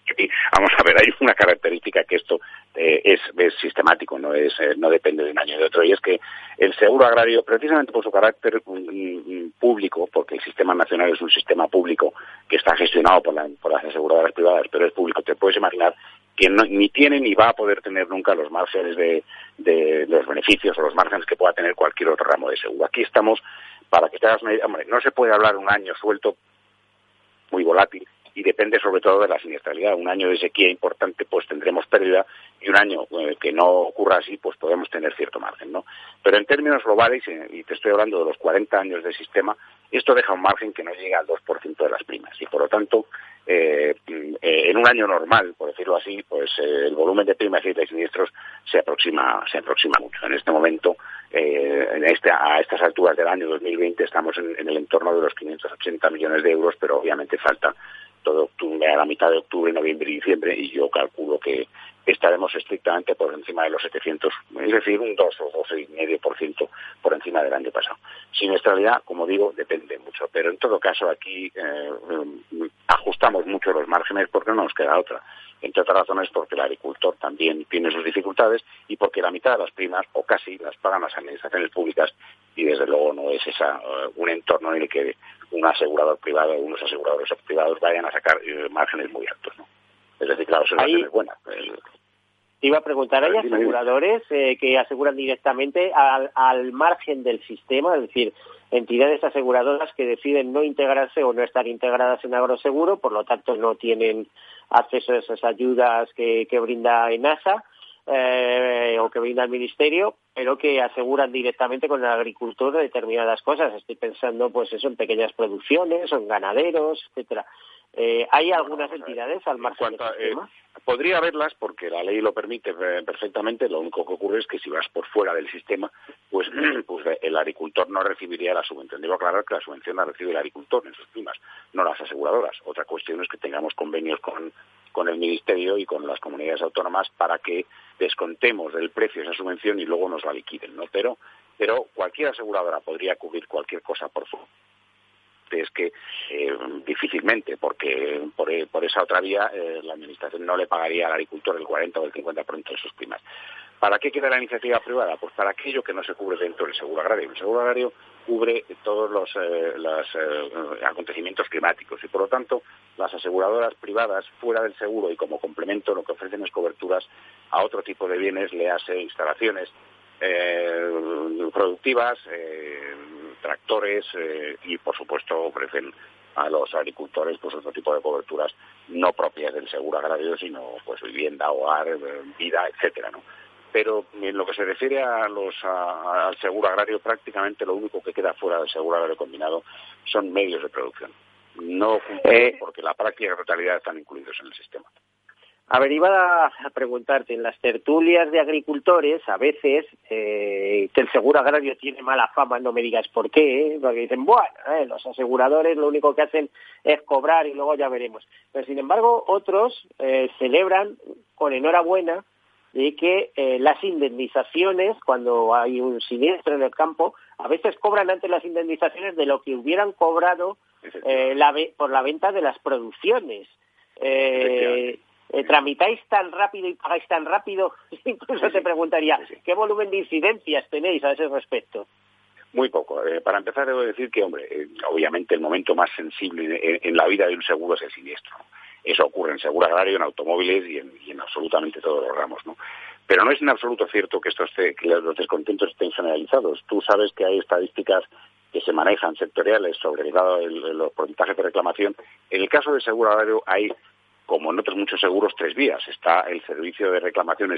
Vamos a ver, hay una característica que esto es sistemático, no depende de un año y de otro, y es que el seguro agrario, precisamente por su carácter público, porque el sistema nacional es un sistema público que está gestionado por las aseguradoras privadas, pero es público, te puedes imaginar que ni tiene ni va a poder tener nunca los márgenes de los beneficios o los márgenes que pueda tener cualquier otro ramo de seguro. Aquí estamos, para que te hagas una idea, hombre, no se puede hablar un año suelto muy volátil, y depende sobre todo de la siniestralidad. Un año de sequía importante, pues tendremos pérdida, y un año que no ocurra así, pues podemos tener cierto margen, ¿no? Pero en términos globales, y te estoy hablando de los 40 años de sistema, esto deja un margen que no llega al 2% de las primas, y por lo tanto, en un año normal, por decirlo así, pues el volumen de primas y de siniestros se aproxima mucho. En este momento, a estas alturas del año 2020, estamos en el entorno de los 580 millones de euros, pero obviamente falta todo octubre, a la mitad de octubre, noviembre y diciembre, y yo calculo que estaremos estrictamente por encima de los 700, es decir, un 2 o 2,5% por encima del año pasado. Siniestralidad, como digo, depende mucho, pero en todo caso aquí ajustamos mucho los márgenes porque no nos queda otra. Entre otras razones porque el agricultor también tiene sus dificultades y porque la mitad de las primas, o casi, las pagan las administraciones públicas, y desde luego no es un entorno en el que un asegurador privado o unos aseguradores privados vayan a sacar márgenes muy altos, ¿no? Es decir, claro, eso es buena. Te iba a preguntar, ¿hay aseguradores que aseguran directamente al margen del sistema? Es decir, entidades aseguradoras que deciden no integrarse o no estar integradas en agroseguro, por lo tanto no tienen acceso a esas ayudas que brinda ENASA o que brinda el Ministerio, pero que aseguran directamente con el agricultor de determinadas cosas. Estoy pensando, pues eso, en pequeñas producciones o en ganaderos, etcétera. ¿Hay algunas entidades al margen del sistema? Podría haberlas porque la ley lo permite perfectamente. Lo único que ocurre es que si vas por fuera del sistema, pues el agricultor no recibiría la subvención. Debo aclarar que la subvención la recibe el agricultor en sus primas, no las aseguradoras. Otra cuestión es que tengamos convenios con el Ministerio y con las comunidades autónomas para que descontemos del precio esa subvención y luego nos la liquiden, ¿no? Pero cualquier aseguradora podría cubrir cualquier cosa por fuera. Es que difícilmente, porque por esa otra vía la administración no le pagaría al agricultor el 40 o el 50% de sus primas. ¿Para qué queda la iniciativa privada? Pues para aquello que no se cubre dentro del seguro agrario. El seguro agrario cubre todos los acontecimientos climáticos y, por lo tanto, las aseguradoras privadas fuera del seguro y como complemento lo que ofrecen es coberturas a otro tipo de bienes, le hace instalaciones productivas, tractores y, por supuesto, ofrecen a los agricultores pues otro tipo de coberturas no propias del seguro agrario, sino pues vivienda, hogar, vida, etcétera, ¿no? Pero en lo que se refiere al seguro agrario, prácticamente lo único que queda fuera del seguro agrario combinado son medios de producción. No porque la práctica totalidad están incluidos en el sistema. A ver, iba a preguntarte, en las tertulias de agricultores, a veces, que el seguro agrario tiene mala fama, no me digas por qué, porque dicen, bueno, los aseguradores lo único que hacen es cobrar y luego ya veremos. Pero, sin embargo, otros celebran con enhorabuena de que las indemnizaciones, cuando hay un siniestro en el campo, a veces cobran antes las indemnizaciones de lo que hubieran cobrado por la venta de las producciones. ¿Tramitáis tan rápido y pagáis tan rápido? Incluso te preguntaría, ¿qué volumen de incidencias tenéis a ese respecto? Muy poco. Para empezar, debo decir que, obviamente el momento más sensible en la vida de un seguro es el siniestro, ¿no? Eso ocurre en seguro agrario, en automóviles y en absolutamente todos los ramos, ¿no? Pero no es en absoluto cierto que los descontentos estén generalizados. Tú sabes que hay estadísticas que se manejan sectoriales sobre los porcentajes de reclamación. En el caso del seguro agrario hay, como en otros muchos seguros, 3 vías. Está el servicio de reclamaciones,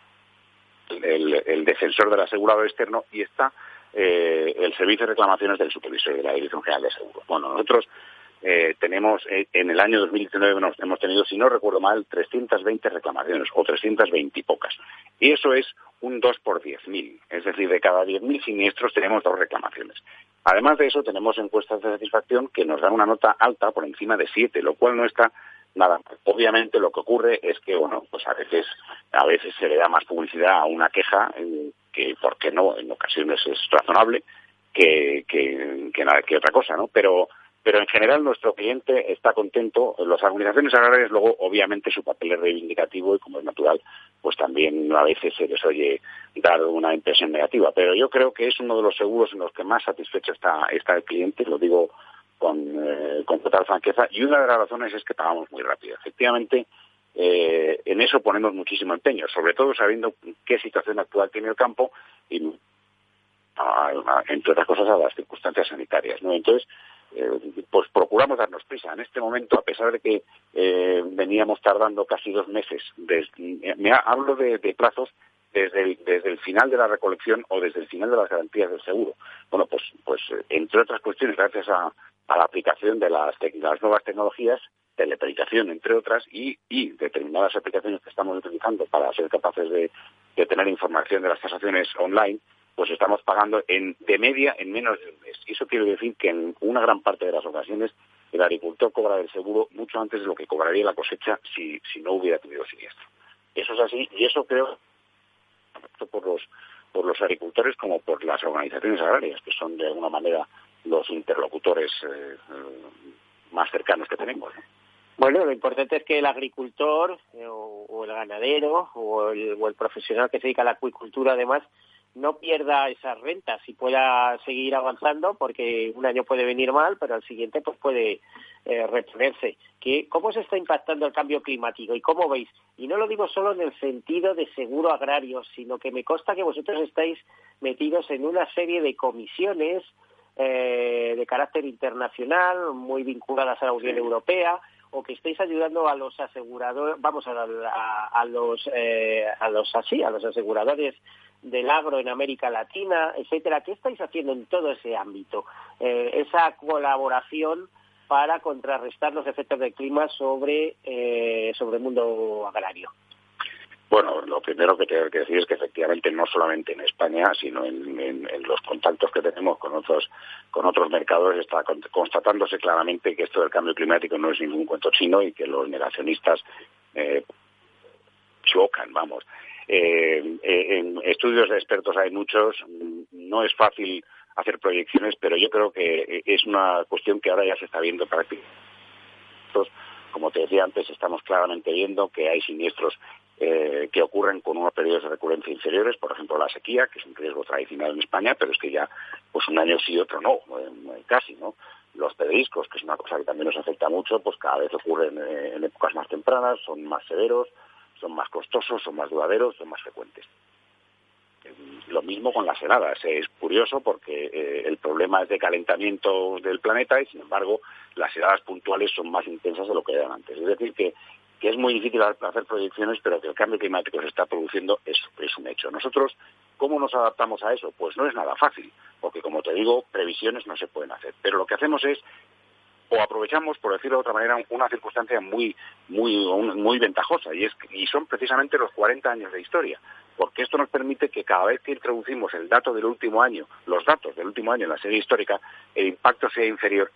el defensor del asegurador externo, y está el servicio de reclamaciones del supervisor de la Dirección General de Seguros. Bueno, nosotros tenemos, en el año 2019 hemos tenido, si no recuerdo mal, 320 reclamaciones, o 320 y pocas. Y eso es un 2 por 10.000. Es decir, de cada 10.000 siniestros tenemos 2 reclamaciones. Además de eso, tenemos encuestas de satisfacción que nos dan una nota alta por encima de 7, lo cual no está nada. Obviamente lo que ocurre es que, pues a veces se le da más publicidad a una queja que, ¿por qué no? En ocasiones es razonable que otra cosa, ¿no? Pero pero en general nuestro cliente está contento. Las organizaciones agrarias, luego, obviamente, su papel es reivindicativo y, como es natural, pues también a veces se les oye dar una impresión negativa. Pero yo creo que es uno de los seguros en los que más satisfecho está el cliente, lo digo con total franqueza, y una de las razones es que pagamos muy rápido. Efectivamente, en eso ponemos muchísimo empeño, sobre todo sabiendo qué situación actual tiene el campo y, entre otras cosas, a las circunstancias sanitarias, ¿no? Entonces, pues procuramos darnos prisa. En este momento, a pesar de que veníamos tardando casi 2 meses, hablo de plazos desde el final de la recolección o desde el final de las garantías del seguro. Bueno, pues entre otras cuestiones, gracias a la aplicación de las nuevas tecnologías, teleperización, entre otras, y determinadas aplicaciones que estamos utilizando para ser capaces de tener información de las tasaciones online, pues estamos pagando de media en menos de un mes. Y eso quiere decir que en una gran parte de las ocasiones el agricultor cobra el seguro mucho antes de lo que cobraría la cosecha si no hubiera tenido siniestro. Eso es así, y eso creo tanto por los agricultores como por las organizaciones agrarias, que son de alguna manera los interlocutores más cercanos que tenemos, ¿no? Bueno, lo importante es que el agricultor o el ganadero o el profesional que se dedica a la acuicultura, además, no pierda esas rentas y pueda seguir avanzando, porque un año puede venir mal, pero al siguiente pues puede reponerse. ¿Cómo se está impactando el cambio climático y cómo veis? Y no lo digo solo en el sentido de seguro agrario, sino que me consta que vosotros estáis metidos en una serie de comisiones de carácter internacional, muy vinculadas a la Unión Europea, o que estáis ayudando a los aseguradores, a los aseguradores del agro en América Latina, etcétera. ¿Qué estáis haciendo en todo ese ámbito? Esa colaboración para contrarrestar los efectos del clima sobre el mundo agrario. Bueno, lo primero que tengo que decir es que efectivamente no solamente en España, sino en los contactos que tenemos con otros mercados, está constatándose claramente que esto del cambio climático no es ningún cuento chino y que los negacionistas chocan, vamos. En estudios de expertos hay muchos, no es fácil hacer proyecciones, pero yo creo que es una cuestión que ahora ya se está viendo prácticamente. Como te decía antes, estamos claramente viendo que hay siniestros que ocurren con unos periodos de recurrencia inferiores, por ejemplo la sequía, que es un riesgo tradicional en España, pero es que ya pues un año sí y otro no, casi, ¿no? Los pedriscos, que es una cosa que también nos afecta mucho, pues cada vez ocurren en épocas más tempranas, son más severos, son más costosos, son más duraderos, son más frecuentes. Lo mismo con las heladas. Es curioso porque el problema es de calentamiento del planeta y, sin embargo, las heladas puntuales son más intensas de lo que eran antes. Es decir, que es muy difícil hacer proyecciones, pero que el cambio climático se está produciendo es un hecho. Nosotros, ¿cómo nos adaptamos a eso? Pues no es nada fácil, porque, como te digo, previsiones no se pueden hacer. Pero lo que hacemos es, o aprovechamos, por decirlo de otra manera, una circunstancia muy ventajosa, y son precisamente los 40 años de historia, porque esto nos permite que cada vez que introducimos los datos del último año en la serie histórica, el impacto sea inferior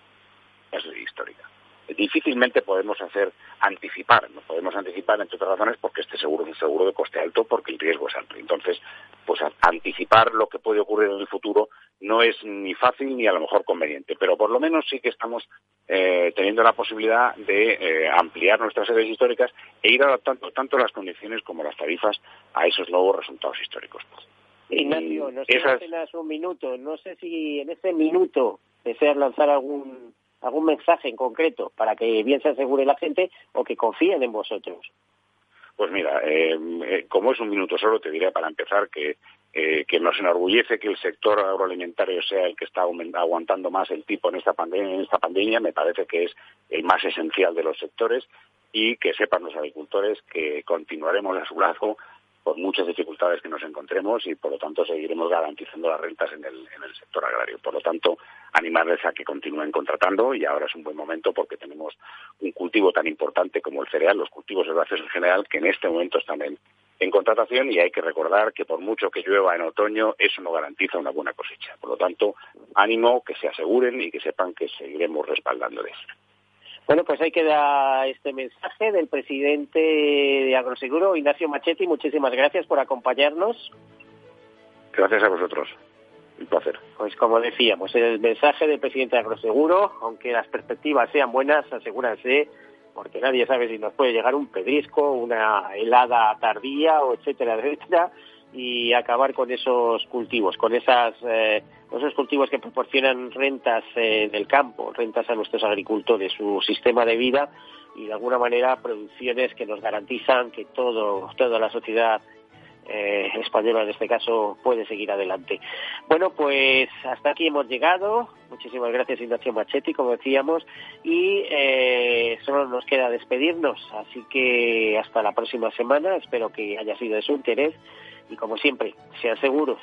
a la serie histórica. Difícilmente podemos anticipar, entre otras razones, porque este seguro es un seguro de coste alto, porque el riesgo es alto. Entonces, pues anticipar lo que puede ocurrir en el futuro no es ni fácil ni a lo mejor conveniente, pero por lo menos sí que estamos teniendo la posibilidad de ampliar nuestras series históricas e ir adaptando tanto las condiciones como las tarifas a esos nuevos resultados históricos. Ignacio, nos queda apenas un minuto. No sé si en ese minuto deseas lanzar algún mensaje en concreto para que bien se asegure la gente o que confíen en vosotros. Pues mira, como es un minuto solo, te diré para empezar que nos enorgullece que el sector agroalimentario sea el que está aguantando más el tipo en esta pandemia. Me parece que es el más esencial de los sectores, y que sepan los agricultores que continuaremos a su lado por muchas dificultades que nos encontremos, y por lo tanto seguiremos garantizando las rentas en el sector agrario. Por lo tanto, animarles a que continúen contratando, y ahora es un buen momento porque tenemos un cultivo tan importante como el cereal, los cultivos herbáceos en general, que en este momento están en contratación, y hay que recordar que por mucho que llueva en otoño, eso no garantiza una buena cosecha. Por lo tanto, ánimo, que se aseguren y que sepan que seguiremos respaldándoles. Bueno, pues ahí queda este mensaje del presidente de Agroseguro, Ignacio Machetti. Muchísimas gracias por acompañarnos. Gracias a vosotros. Un placer. Pues como decíamos, el mensaje del presidente de Agroseguro, aunque las perspectivas sean buenas, asegúrense, porque nadie sabe si nos puede llegar un pedrisco, una helada tardía, o etcétera, etcétera, y acabar con esos cultivos, con esos cultivos que proporcionan rentas del campo, rentas a nuestros agricultores, su sistema de vida, y de alguna manera producciones que nos garantizan que toda la sociedad española en este caso puede seguir adelante. Bueno, pues hasta aquí hemos llegado. Muchísimas gracias, Ignacio Machetti, como decíamos, y solo nos queda despedirnos, así que hasta la próxima semana. Espero que haya sido de su interés y, como siempre, sean seguros.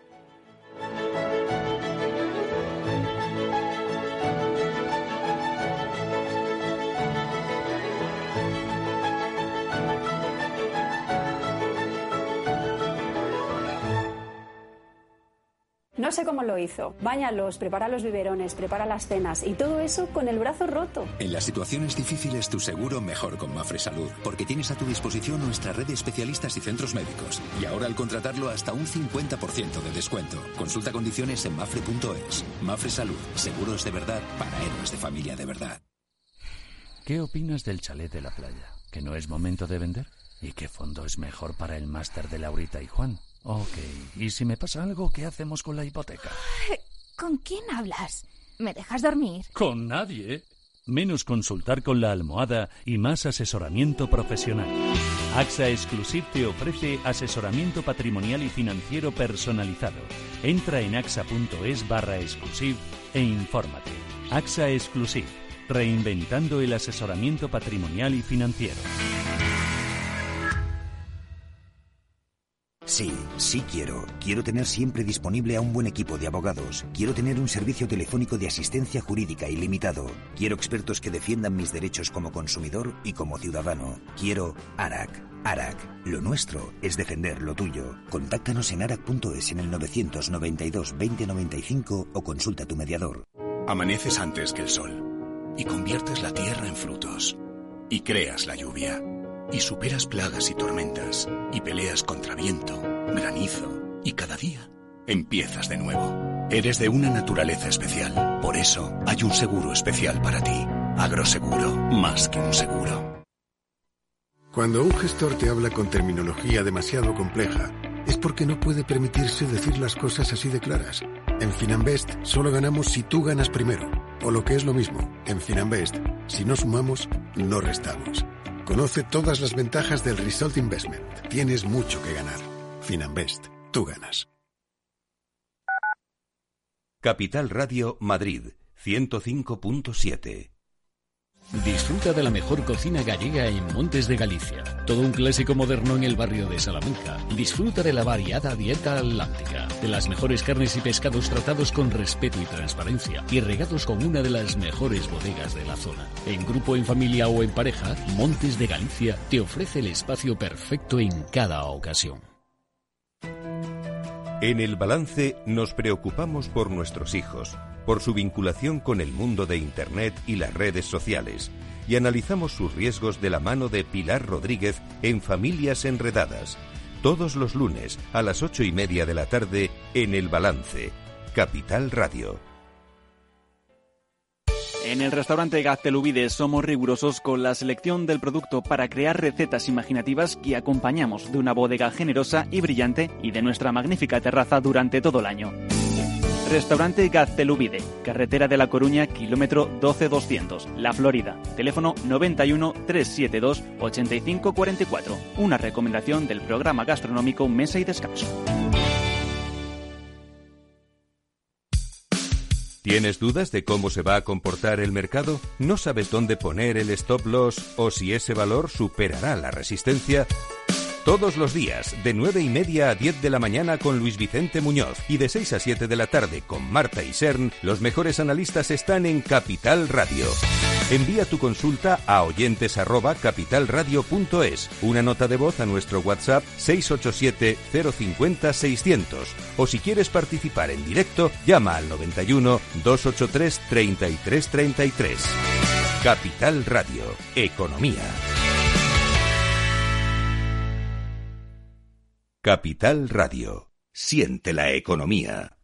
No sé cómo lo hizo. Báñalos, prepara los biberones, prepara las cenas y todo eso con el brazo roto. En las situaciones difíciles, tu seguro mejor con Mafre Salud, porque tienes a tu disposición nuestra red de especialistas y centros médicos. Y ahora, al contratarlo, hasta un 50% de descuento. Consulta condiciones en mafre.es. Mafre Salud, seguros de verdad para héroes de familia de verdad. ¿Qué opinas del chalet de la playa? ¿Que no es momento de vender? ¿Y qué fondo es mejor para el máster de Laurita y Juan? Ok, ¿y si me pasa algo, qué hacemos con la hipoteca? ¿Con quién hablas? ¿Me dejas dormir? Con nadie. Menos consultar con la almohada y más asesoramiento profesional. AXA Exclusive te ofrece asesoramiento patrimonial y financiero personalizado. Entra en axa.es/exclusive e infórmate. AXA Exclusive, reinventando el asesoramiento patrimonial y financiero. Sí quiero. Quiero tener siempre disponible a un buen equipo de abogados. Quiero tener un servicio telefónico de asistencia jurídica ilimitado. Quiero expertos que defiendan mis derechos como consumidor y como ciudadano. Quiero ARAC. ARAC. Lo nuestro es defender lo tuyo. Contáctanos en arac.es en el 992 2095 o consulta a tu mediador. Amaneces antes que el sol y conviertes la tierra en frutos y creas la lluvia. Y superas plagas y tormentas, y peleas contra viento, granizo, y cada día empiezas de nuevo. Eres de una naturaleza especial, por eso hay un seguro especial para ti. Agroseguro, más que un seguro. Cuando un gestor te habla con terminología demasiado compleja, es porque no puede permitirse decir las cosas así de claras. En Finanbest solo ganamos si tú ganas primero, o lo que es lo mismo, en Finanbest, si no sumamos, no restamos. Conoce todas las ventajas del Result Investment. Tienes mucho que ganar. Finanbest. Tú ganas. Capital Radio Madrid, 105.7. Disfruta de la mejor cocina gallega en Montes de Galicia. Todo un clásico moderno en el barrio de Salamanca. Disfruta de la variada dieta atlántica, de las mejores carnes y pescados tratados con respeto y transparencia y regados con una de las mejores bodegas de la zona. En grupo, en familia o en pareja, Montes de Galicia te ofrece el espacio perfecto en cada ocasión. En El Balance nos preocupamos por nuestros hijos, por su vinculación con el mundo de Internet y las redes sociales, y analizamos sus riesgos de la mano de Pilar Rodríguez en Familias Enredadas, todos los lunes a las 8:30 de la tarde en El Balance, Capital Radio. En el restaurante Gaztelubides somos rigurosos con la selección del producto para crear recetas imaginativas que acompañamos de una bodega generosa y brillante y de nuestra magnífica terraza durante todo el año. Restaurante Gaztelubide, carretera de La Coruña, kilómetro 12200, La Florida, teléfono 91 372 8544. Una recomendación del programa gastronómico Mesa y Descanso. ¿Tienes dudas de cómo se va a comportar el mercado? ¿No sabes dónde poner el stop loss o si ese valor superará la resistencia? Todos los días, de 9:30 a 10 de la mañana con Luis Vicente Muñoz y de 6 a 7 de la tarde con Marta Isern, los mejores analistas están en Capital Radio. Envía tu consulta a oyentes@capitalradio.es, una nota de voz a nuestro WhatsApp 687 050 600 o si quieres participar en directo, llama al 91 283 3333. Capital Radio, Economía. Capital Radio. Siente la economía.